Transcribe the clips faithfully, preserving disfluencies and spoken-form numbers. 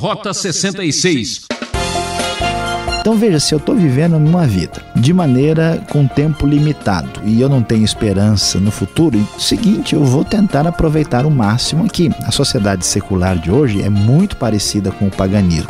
Rota sessenta e seis. Então veja, se eu estou vivendo numa vida de maneira com tempo limitado e eu não tenho esperança no futuro, é o seguinte, eu vou tentar aproveitar o máximo aqui. A sociedade secular de hoje é muito parecida com o paganismo.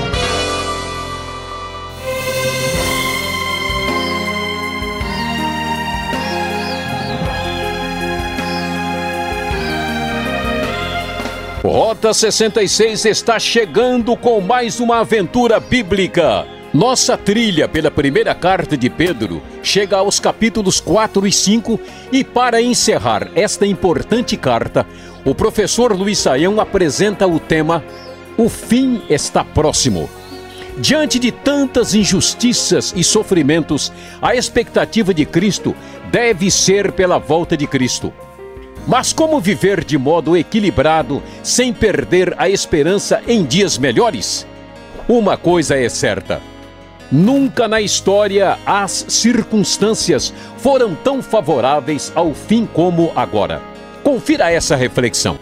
Rota sessenta e seis está chegando com mais uma aventura bíblica. Nossa trilha pela primeira carta de Pedro chega aos capítulos quatro e cinco e para encerrar esta importante carta, o professor Luiz Saião apresenta o tema O fim está próximo. Diante de tantas injustiças e sofrimentos, a expectativa de Cristo deve ser pela volta de Cristo. Mas como viver de modo equilibrado, sem perder a esperança em dias melhores? Uma coisa é certa: nunca na história as circunstâncias foram tão favoráveis ao fim como agora. Confira essa reflexão.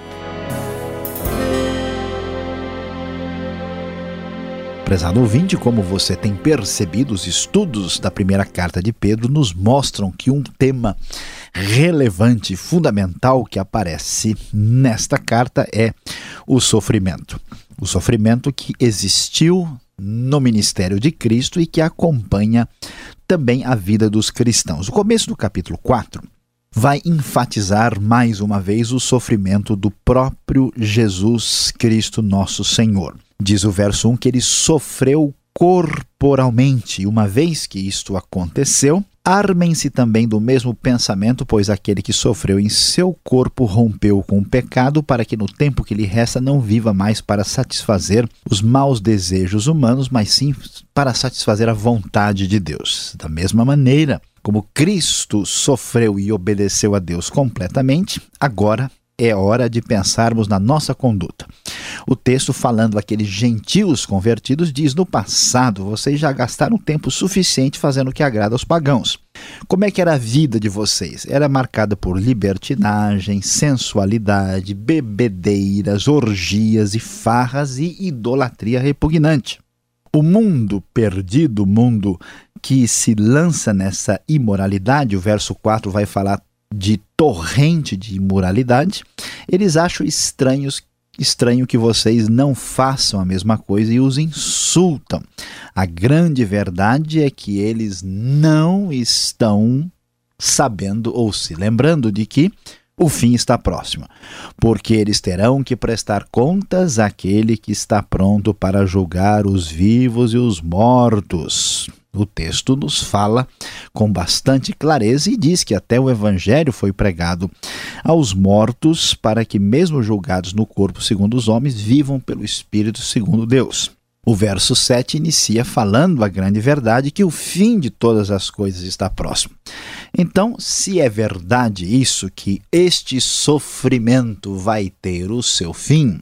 Prezado ouvinte, como você tem percebido, os estudos da primeira carta de Pedro nos mostram que um tema relevante, fundamental que aparece nesta carta é o sofrimento. O sofrimento que existiu no ministério de Cristo e que acompanha também a vida dos cristãos. O começo do capítulo quatro vai enfatizar mais uma vez o sofrimento do próprio Jesus Cristo, nosso Senhor. Diz o verso um que ele sofreu corporalmente. Uma vez que isto aconteceu, armem-se também do mesmo pensamento, pois aquele que sofreu em seu corpo rompeu com o pecado, para que no tempo que lhe resta não viva mais para satisfazer os maus desejos humanos, mas sim para satisfazer a vontade de Deus. Da mesma maneira, como Cristo sofreu e obedeceu a Deus completamente, agora é hora de pensarmos na nossa conduta. O texto, falando àqueles gentios convertidos, diz: no passado vocês já gastaram tempo suficiente fazendo o que agrada aos pagãos. Como é que era a vida de vocês? Era marcada por libertinagem, sensualidade, bebedeiras, orgias e farras e idolatria repugnante. O mundo perdido, o mundo que se lança nessa imoralidade, o verso quatro vai falar de torrente de imoralidade. Eles acham estranhos Estranho que vocês não façam a mesma coisa e os insultam. A grande verdade é que eles não estão sabendo ou se lembrando de que o fim está próximo, porque eles terão que prestar contas àquele que está pronto para julgar os vivos e os mortos. O texto nos fala com bastante clareza e diz que até o evangelho foi pregado aos mortos para que, mesmo julgados no corpo segundo os homens, vivam pelo Espírito segundo Deus. O verso sete inicia falando a grande verdade que o fim de todas as coisas está próximo. Então, se é verdade isso, que este sofrimento vai ter o seu fim,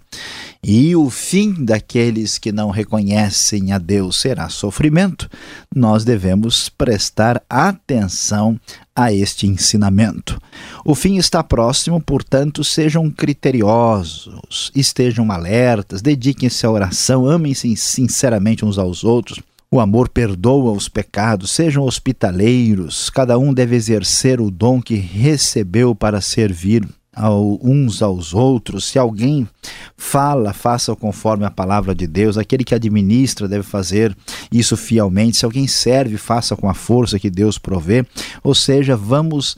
e o fim daqueles que não reconhecem a Deus será sofrimento, nós devemos prestar atenção a este ensinamento. O fim está próximo, portanto, sejam criteriosos, estejam alertas, dediquem-se à oração, amem-se sinceramente uns aos outros. O amor perdoa os pecados, sejam hospitaleiros, cada um deve exercer o dom que recebeu para servir ao, uns aos outros. Se alguém fala, faça conforme a palavra de Deus. Aquele que administra deve fazer isso fielmente. Se alguém serve, faça com a força que Deus provê. Ou seja, vamos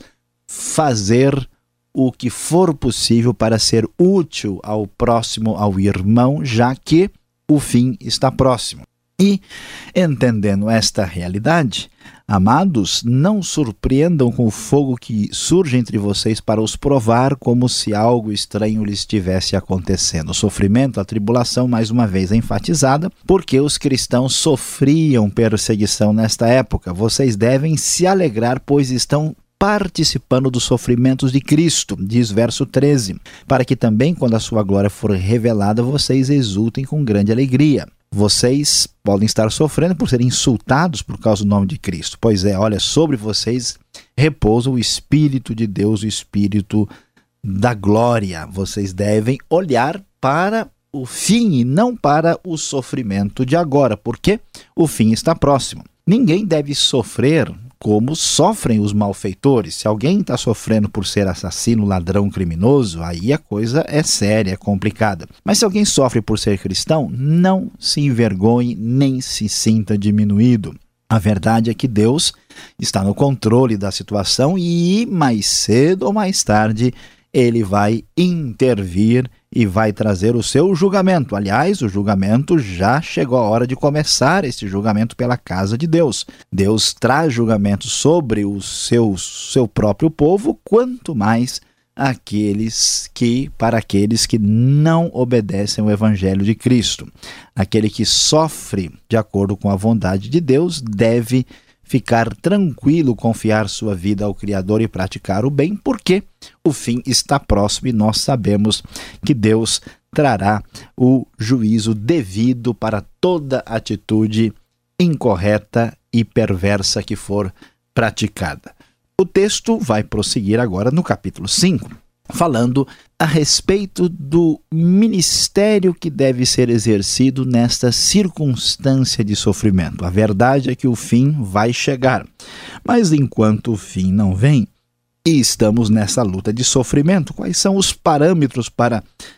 fazer o que for possível para ser útil ao próximo, ao irmão, já que o fim está próximo. E, entendendo esta realidade, amados, não surpreendam com o fogo que surge entre vocês para os provar, como se algo estranho lhes estivesse acontecendo. O sofrimento, a tribulação, mais uma vez enfatizada, porque os cristãos sofriam perseguição nesta época. Vocês devem se alegrar, pois estão participando dos sofrimentos de Cristo, diz verso treze, para que também, quando a sua glória for revelada, vocês exultem com grande alegria. Vocês podem estar sofrendo por serem insultados por causa do nome de Cristo. Pois é, olha, sobre vocês repousa o Espírito de Deus, o Espírito da glória. Vocês devem olhar para o fim e não para o sofrimento de agora, porque o fim está próximo. Ninguém deve sofrer como sofrem os malfeitores. Se alguém está sofrendo por ser assassino, ladrão, criminoso, aí a coisa é séria, é complicada. Mas se alguém sofre por ser cristão, não se envergonhe nem se sinta diminuído. A verdade é que Deus está no controle da situação e mais cedo ou mais tarde Ele vai intervir e vai trazer o seu julgamento. Aliás, o julgamento já chegou a hora de começar, esse julgamento pela casa de Deus. Deus traz julgamento sobre o seu, seu próprio povo, quanto mais aqueles que, para aqueles que não obedecem ao Evangelho de Cristo. Aquele que sofre de acordo com a vontade de Deus deve ficar tranquilo, confiar sua vida ao Criador e praticar o bem, porque o fim está próximo e nós sabemos que Deus trará o juízo devido para toda atitude incorreta e perversa que for praticada. O texto vai prosseguir agora no capítulo cinco, falando a respeito do ministério que deve ser exercido nesta circunstância de sofrimento. A verdade é que o fim vai chegar, mas enquanto o fim não vem, e estamos nessa luta de sofrimento, quais são os parâmetros para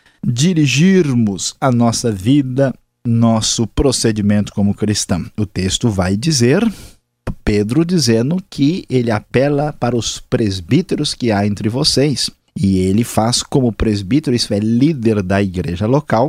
dirigirmos a nossa vida, nosso procedimento como cristão? O texto vai dizer, Pedro dizendo que ele apela para os presbíteros que há entre vocês. E ele faz como presbítero, isso é líder da igreja local,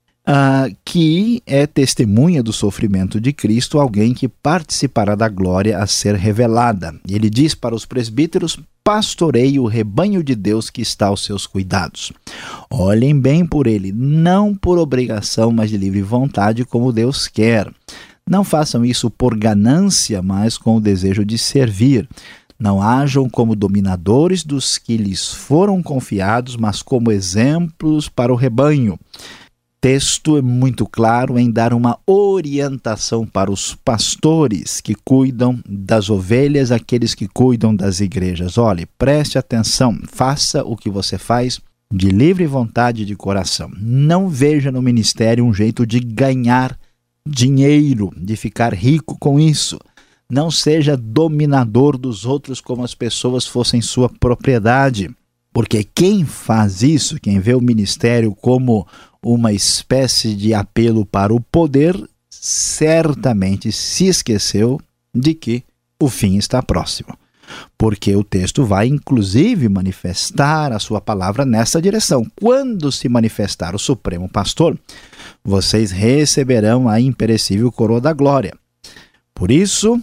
uh, que é testemunha do sofrimento de Cristo, alguém que participará da glória a ser revelada. Ele diz para os presbíteros: pastoreie o rebanho de Deus que está aos seus cuidados. Olhem bem por ele, não por obrigação, mas de livre vontade, como Deus quer. Não façam isso por ganância, mas com o desejo de servir. Não hajam como dominadores dos que lhes foram confiados, mas como exemplos para o rebanho. Texto é muito claro em dar uma orientação para os pastores que cuidam das ovelhas, aqueles que cuidam das igrejas. Olhe, preste atenção, faça o que você faz de livre vontade de coração. Não veja no ministério um jeito de ganhar dinheiro, de ficar rico com isso. Não seja dominador dos outros como as pessoas fossem sua propriedade. Porque quem faz isso, quem vê o ministério como uma espécie de apelo para o poder, certamente se esqueceu de que o fim está próximo. Porque o texto vai, inclusive, manifestar a sua palavra nessa direção. Quando se manifestar o Supremo Pastor, vocês receberão a imperecível coroa da glória. Por isso,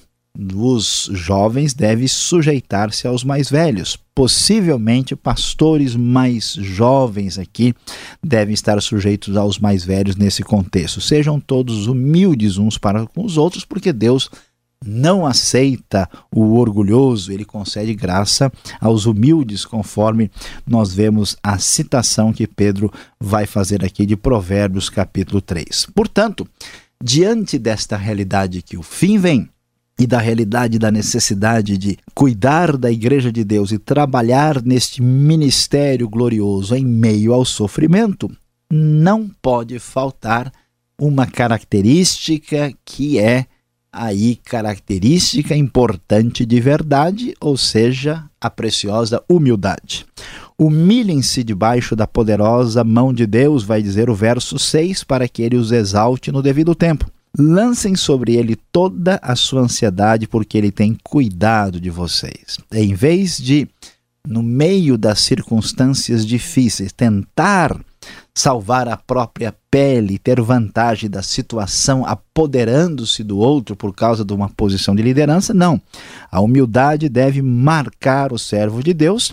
os jovens devem sujeitar-se aos mais velhos. Possivelmente, pastores mais jovens aqui devem estar sujeitos aos mais velhos nesse contexto. Sejam todos humildes uns para com os outros, porque Deus não aceita o orgulhoso, ele concede graça aos humildes, conforme nós vemos a citação que Pedro vai fazer aqui de Provérbios capítulo três. Portanto, diante desta realidade que o fim vem, e da realidade da necessidade de cuidar da igreja de Deus e trabalhar neste ministério glorioso em meio ao sofrimento, não pode faltar uma característica que é aí característica importante de verdade, ou seja, a preciosa humildade. Humilhem-se debaixo da poderosa mão de Deus, vai dizer o verso seis, para que ele os exalte no devido tempo. Lancem sobre ele toda a sua ansiedade, porque ele tem cuidado de vocês. Em vez de, no meio das circunstâncias difíceis, tentar salvar a própria pele, ter vantagem da situação, apoderando-se do outro por causa de uma posição de liderança, não. A humildade deve marcar o servo de Deus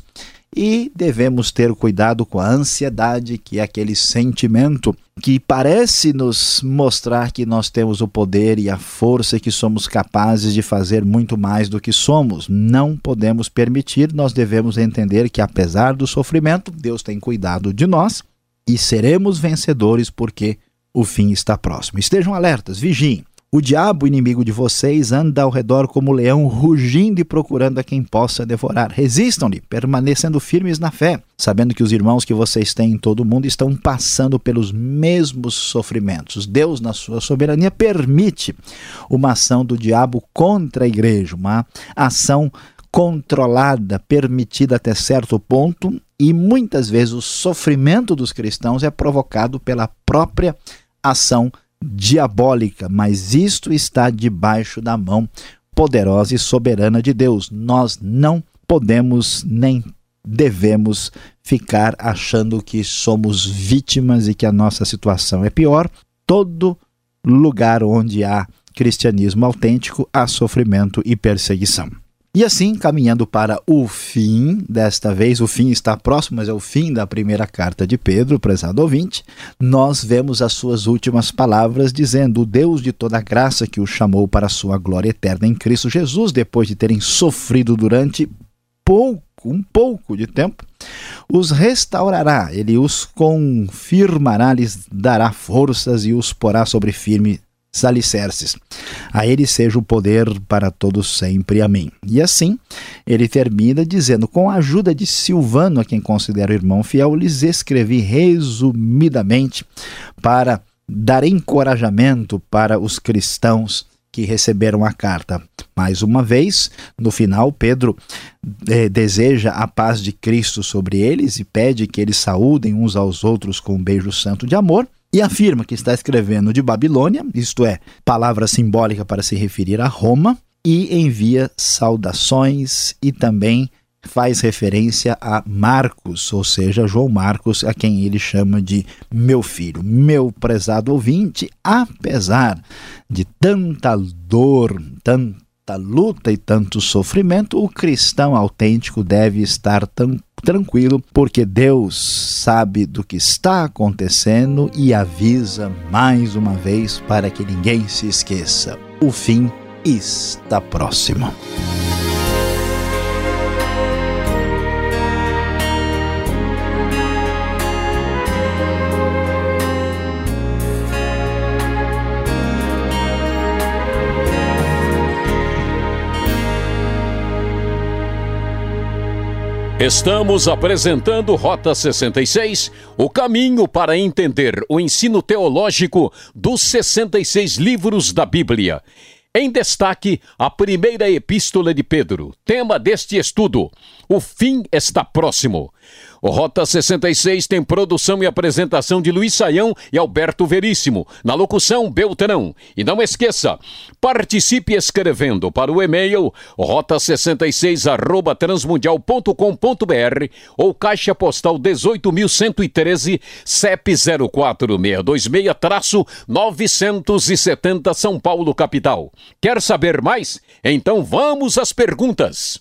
e devemos ter cuidado com a ansiedade, que é aquele sentimento que parece nos mostrar que nós temos o poder e a força, que somos capazes de fazer muito mais do que somos. Não podemos permitir, nós devemos entender que apesar do sofrimento, Deus tem cuidado de nós e seremos vencedores porque o fim está próximo. Estejam alertas, vigiem. O diabo, inimigo de vocês, anda ao redor como leão, rugindo e procurando a quem possa devorar. Resistam-lhe, permanecendo firmes na fé, sabendo que os irmãos que vocês têm em todo o mundo estão passando pelos mesmos sofrimentos. Deus, na sua soberania, permite uma ação do diabo contra a igreja, uma ação controlada, permitida até certo ponto, e muitas vezes o sofrimento dos cristãos é provocado pela própria ação diabólica, mas isto está debaixo da mão poderosa e soberana de Deus. Nós não podemos nem devemos ficar achando que somos vítimas e que a nossa situação é pior. Todo lugar onde há cristianismo autêntico há sofrimento e perseguição. E assim, caminhando para o fim, desta vez o fim está próximo, mas é o fim da primeira carta de Pedro, prezado ouvinte, nós vemos as suas últimas palavras dizendo: o Deus de toda graça que o chamou para a sua glória eterna em Cristo Jesus, depois de terem sofrido durante pouco, um pouco de tempo, os restaurará, ele os confirmará, lhes dará forças e os porá sobre firme alicerces. A ele seja o poder para todos sempre. Amém. E assim, ele termina dizendo: com a ajuda de Silvano, a quem considero irmão fiel, lhes escrevi resumidamente para dar encorajamento para os cristãos que receberam a carta. Mais uma vez, no final, Pedro eh, deseja a paz de Cristo sobre eles e pede que eles saúdem uns aos outros com um beijo santo de amor. E afirma que está escrevendo de Babilônia, isto é, palavra simbólica para se referir a Roma, e envia saudações e também faz referência a Marcos, ou seja, João Marcos, a quem ele chama de meu filho. Meu prezado ouvinte, apesar de tanta dor, tanta luta e tanto sofrimento, o cristão autêntico deve estar tão tranquilo, porque Deus sabe do que está acontecendo e avisa mais uma vez para que ninguém se esqueça: o fim está próximo. Estamos apresentando Rota sessenta e seis, o caminho para entender o ensino teológico dos sessenta e seis livros da Bíblia. Em destaque, a primeira epístola de Pedro. Tema deste estudo: o fim está próximo. O Rota sessenta e seis tem produção e apresentação de Luiz Saião e Alberto Veríssimo. Na locução, Beltrão. E não esqueça, participe escrevendo para o e-mail rota sessenta e seis arroba transmundial ponto com ponto br ou caixa postal dezoito mil cento e treze, C E P zero quatro seis dois seis novecentos e setenta, São Paulo, capital. Quer saber mais? Então vamos às perguntas.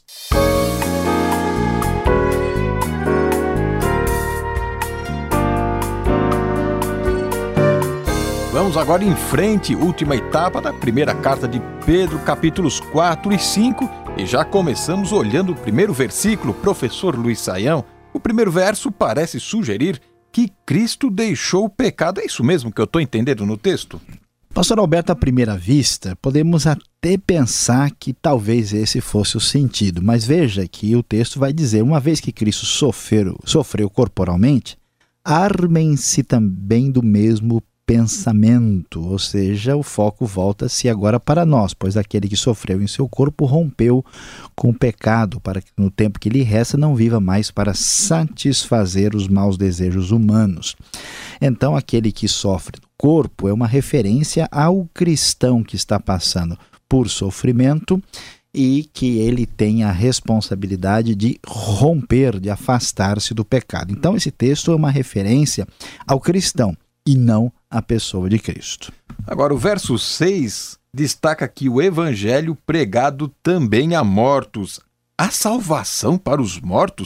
Vamos agora em frente, última etapa da primeira carta de Pedro, capítulos quatro e cinco, e já começamos olhando o primeiro versículo. Professor Luiz Saião, o primeiro verso parece sugerir que Cristo deixou o pecado. É isso mesmo que eu estou entendendo no texto? Pastor Alberto, à primeira vista, podemos até pensar que talvez esse fosse o sentido, mas veja que o texto vai dizer: uma vez que Cristo sofreu, sofreu corporalmente, armem-se também do mesmo pensamento, ou seja, o foco volta-se agora para nós, pois aquele que sofreu em seu corpo rompeu com o pecado, para que no tempo que lhe resta não viva mais para satisfazer os maus desejos humanos. Então, aquele que sofre no corpo é uma referência ao cristão que está passando por sofrimento e que ele tem a responsabilidade de romper, de afastar-se do pecado. Então, esse texto é uma referência ao cristão e não à pessoa de Cristo. Agora, o verso seis destaca que o evangelho pregado também a mortos. Há salvação para os mortos?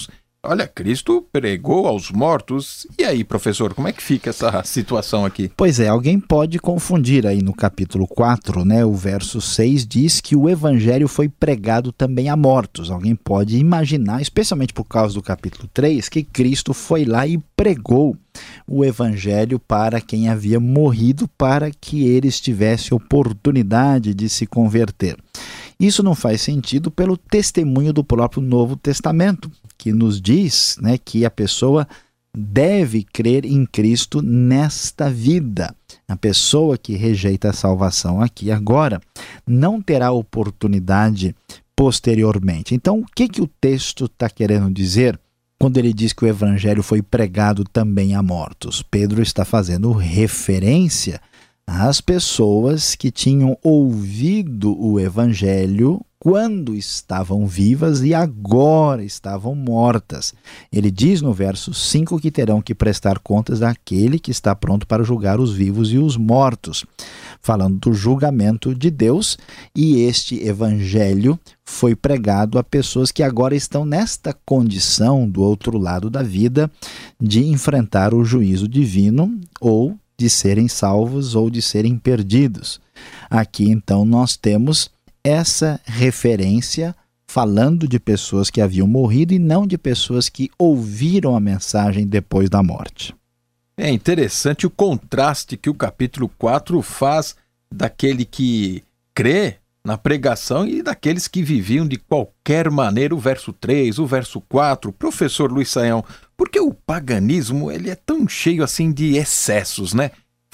olha, Cristo pregou aos mortos. E aí, professor, como é que fica essa situação aqui? Pois é, alguém pode confundir aí no capítulo quatro, né? O verso seis diz que o evangelho foi pregado também a mortos. Alguém pode imaginar, especialmente por causa do capítulo três, que Cristo foi lá e pregou o evangelho para quem havia morrido, para que eles tivessem oportunidade de se converter. Isso não faz sentido pelo testemunho do próprio Novo Testamento, que nos diz, né, que a pessoa deve crer em Cristo nesta vida. A pessoa que rejeita a salvação aqui agora não terá oportunidade posteriormente. Então, o que, que o texto está querendo dizer quando ele diz que o evangelho foi pregado também a mortos? Pedro está fazendo referência às pessoas que tinham ouvido o evangelho quando estavam vivas e agora estavam mortas. Ele diz no verso cinco que terão que prestar contas daquele que está pronto para julgar os vivos e os mortos, falando do julgamento de Deus, e este evangelho foi pregado a pessoas que agora estão nesta condição do outro lado da vida de enfrentar o juízo divino ou de serem salvos ou de serem perdidos. Aqui então nós temos essa referência falando de pessoas que haviam morrido e não de pessoas que ouviram a mensagem depois da morte. É interessante o contraste que o capítulo quatro faz daquele que crê na pregação e daqueles que viviam de qualquer maneira, o verso três, o verso quatro. Professor Luiz Saião, por que o paganismo ele é tão cheio assim de excessos, né?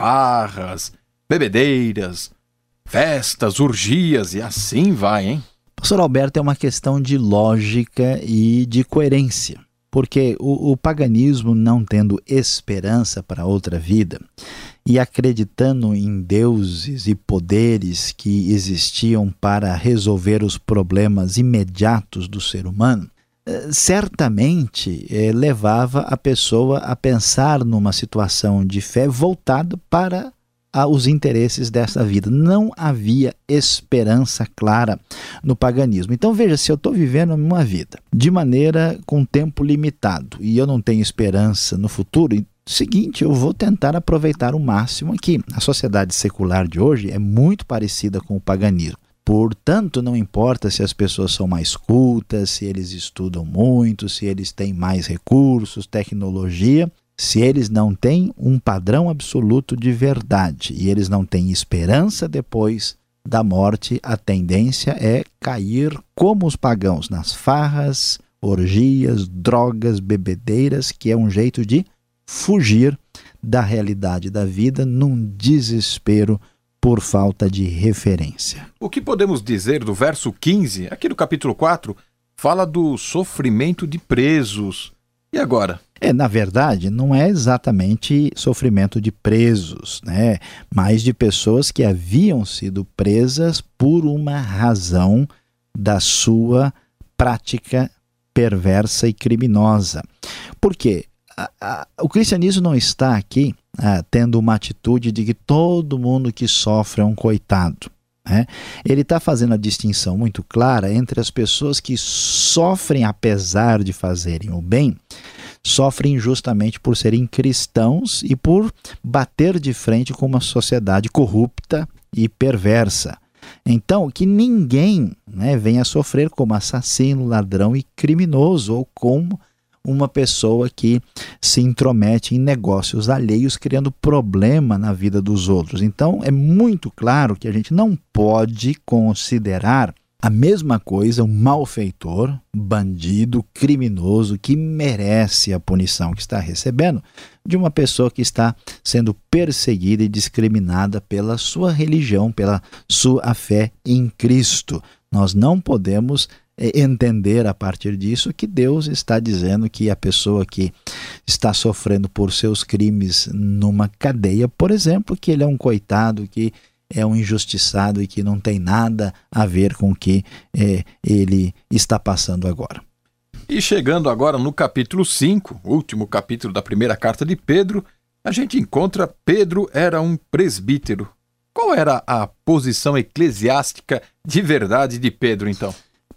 Farras, bebedeiras, festas, orgias e assim vai, hein? Pastor Alberto, é uma questão de lógica e de coerência, porque o, o paganismo, não tendo esperança para outra vida e acreditando em deuses e poderes que existiam para resolver os problemas imediatos do ser humano, certamente eh, levava a pessoa a pensar numa situação de fé voltada para os interesses dessa vida. Não havia esperança clara no paganismo. Então veja, se eu estou vivendo uma vida de maneira com tempo limitado e eu não tenho esperança no futuro, seguinte, eu vou tentar aproveitar o máximo aqui. A sociedade secular de hoje é muito parecida com o paganismo. Portanto, não importa se as pessoas são mais cultas, se eles estudam muito, se eles têm mais recursos, tecnologia, se eles não têm um padrão absoluto de verdade e eles não têm esperança depois da morte, a tendência é cair como os pagãos, nas farras, orgias, drogas, bebedeiras, que é um jeito de fugir da realidade da vida num desespero por falta de referência. O que podemos dizer do verso quinze, aqui do capítulo quatro, fala do sofrimento de presos. E agora? É, na verdade, não é exatamente sofrimento de presos, né? Mas de pessoas que haviam sido presas por uma razão da sua prática perversa e criminosa. Por quê? A, a, o cristianismo não está aqui ah, tendo uma atitude de que todo mundo que sofre é um coitado, né? Ele está fazendo a distinção muito clara entre as pessoas que sofrem apesar de fazerem o bem, sofrem justamente por serem cristãos e por bater de frente com uma sociedade corrupta e perversa. Então, que ninguém, né, venha sofrer como assassino, ladrão e criminoso, ou como uma pessoa que se intromete em negócios alheios, criando problema na vida dos outros. Então, é muito claro que a gente não pode considerar a mesma coisa um malfeitor, bandido, criminoso, que merece a punição que está recebendo, de uma pessoa que está sendo perseguida e discriminada pela sua religião, pela sua fé em Cristo. Nós não podemos entender a partir disso que Deus está dizendo que a pessoa que está sofrendo por seus crimes numa cadeia, por exemplo, que ele é um coitado, que é um injustiçado e que não tem nada a ver com o que é, ele está passando agora. E chegando agora no capítulo cinco, último capítulo da primeira carta de Pedro, a gente encontra Pedro era um presbítero. Qual era a posição eclesiástica de verdade de Pedro, então?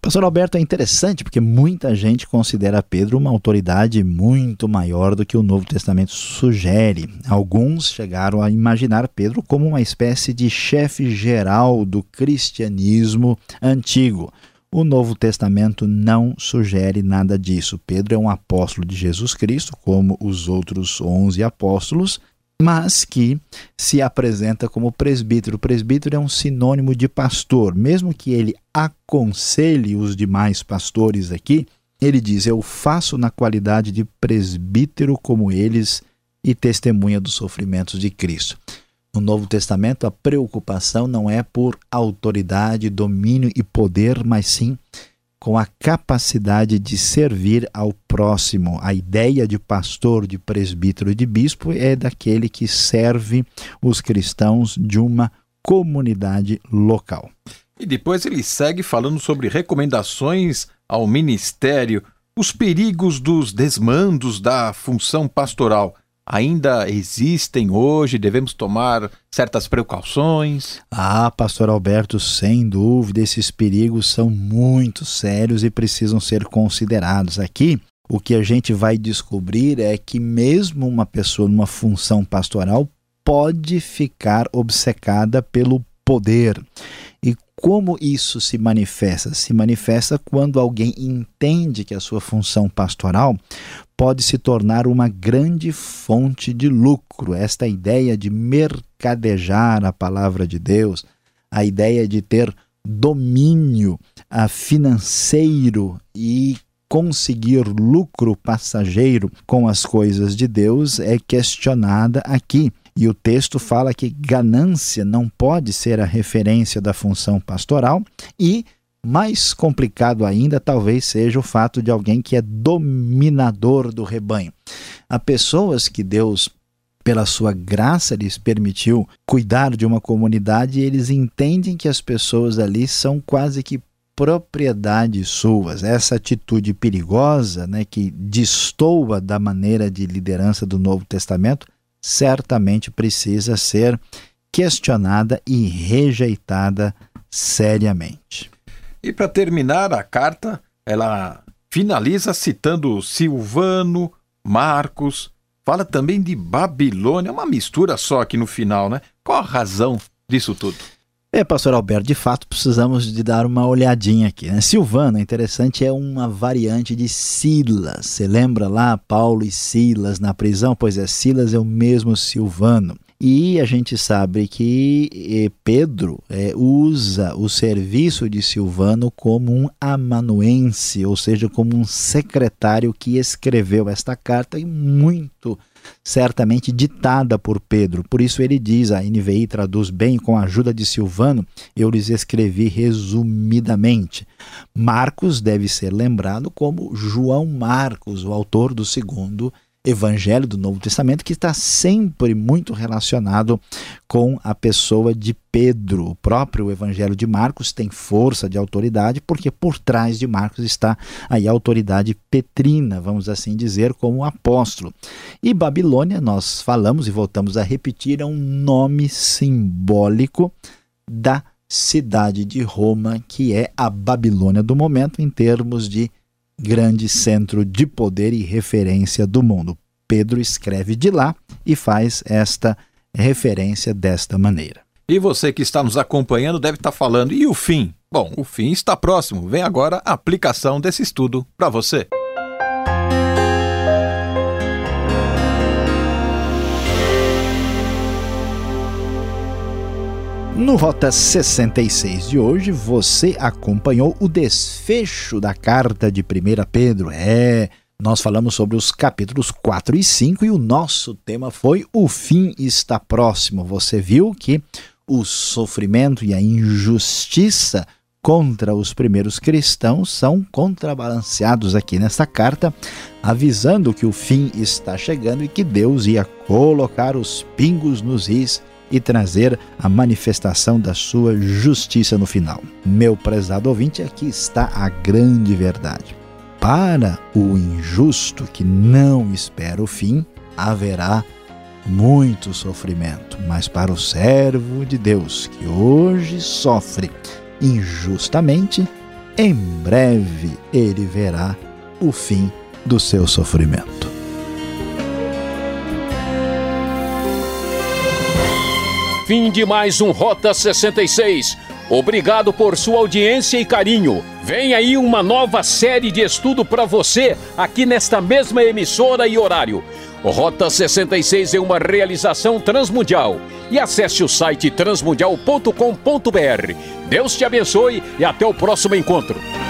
Pastor Alberto, é interessante porque muita gente considera Pedro uma autoridade muito maior do que o Novo Testamento sugere. Alguns chegaram a imaginar Pedro como uma espécie de chefe geral do cristianismo antigo. O Novo Testamento não sugere nada disso. Pedro é um apóstolo de Jesus Cristo, como os outros onze apóstolos, mas que se apresenta como presbítero. O presbítero é um sinônimo de pastor. Mesmo que ele aconselhe os demais pastores aqui, ele diz: eu faço na qualidade de presbítero como eles e testemunha dos sofrimentos de Cristo. No Novo Testamento, a preocupação não é por autoridade, domínio e poder, mas sim com a capacidade de servir ao próximo. A ideia de pastor, de presbítero e de bispo é daquele que serve os cristãos de uma comunidade local. E depois ele segue falando sobre recomendações ao ministério, os perigos dos desmandos da função pastoral. Ainda existem hoje, devemos tomar certas precauções? Ah, pastor Alberto, sem dúvida, esses perigos são muito sérios e precisam ser considerados. Aqui, o que a gente vai descobrir é que mesmo uma pessoa numa função pastoral pode ficar obcecada pelo poder. E como isso se manifesta? Se manifesta quando alguém entende que a sua função pastoral pode se tornar uma grande fonte de lucro. Esta ideia de mercadejar a palavra de Deus, a ideia de ter domínio uh, financeiro e conseguir lucro passageiro com as coisas de Deus é questionada aqui. E o texto fala que ganância não pode ser a referência da função pastoral e, mais complicado ainda, talvez seja o fato de alguém que é dominador do rebanho. Há pessoas que Deus, pela sua graça, lhes permitiu cuidar de uma comunidade e eles entendem que as pessoas ali são quase que propriedades suas. Essa atitude perigosa, né, que destoa da maneira de liderança do Novo Testamento, certamente precisa ser questionada e rejeitada seriamente. E para terminar a carta, ela finaliza citando Silvano, Marcos, fala também de Babilônia, uma mistura só aqui no final, né? Qual a razão disso tudo? É, pastor Alberto, de fato precisamos de dar uma olhadinha aqui, né? Silvano, interessante, é uma variante de Silas. Você lembra lá Paulo e Silas na prisão? Pois é, Silas é o mesmo Silvano. E a gente sabe que eh, Pedro eh, usa o serviço de Silvano como um amanuense, ou seja, como um secretário que escreveu esta carta e muito certamente ditada por Pedro. Por isso ele diz, a N V I traduz bem, com a ajuda de Silvano, eu lhes escrevi resumidamente. Marcos deve ser lembrado como João Marcos, o autor do segundo Evangelho do Novo Testamento, que está sempre muito relacionado com a pessoa de Pedro. O próprio Evangelho de Marcos tem força de autoridade, porque por trás de Marcos está aí a autoridade petrina, vamos assim dizer, como apóstolo. E Babilônia, nós falamos e voltamos a repetir, é um nome simbólico da cidade de Roma, que é a Babilônia do momento, em termos de grande centro de poder e referência do mundo. Pedro escreve de lá e faz esta referência desta maneira. E você que está nos acompanhando deve estar falando, e o fim? Bom, o fim está próximo. Vem agora a aplicação desse estudo para você. No Rota sessenta e seis de hoje, você acompanhou o desfecho da carta de primeira Pedro. É, nós falamos sobre os capítulos quatro e cinco e o nosso tema foi O Fim Está Próximo. Você viu que o sofrimento e a injustiça contra os primeiros cristãos são contrabalanceados aqui nesta carta, avisando que o fim está chegando e que Deus ia colocar os pingos nos is e trazer a manifestação da sua justiça no final. Meu prezado ouvinte, aqui está a grande verdade. Para o injusto que não espera o fim, haverá muito sofrimento, mas para o servo de Deus que hoje sofre injustamente, em breve ele verá o fim do seu sofrimento. Fim de mais um Rota sessenta e seis. Obrigado por sua audiência e carinho. Vem aí uma nova série de estudo para você aqui nesta mesma emissora e horário. O Rota sessenta e seis é uma realização transmundial. E acesse o site transmundial ponto com ponto br. Deus te abençoe e até o próximo encontro.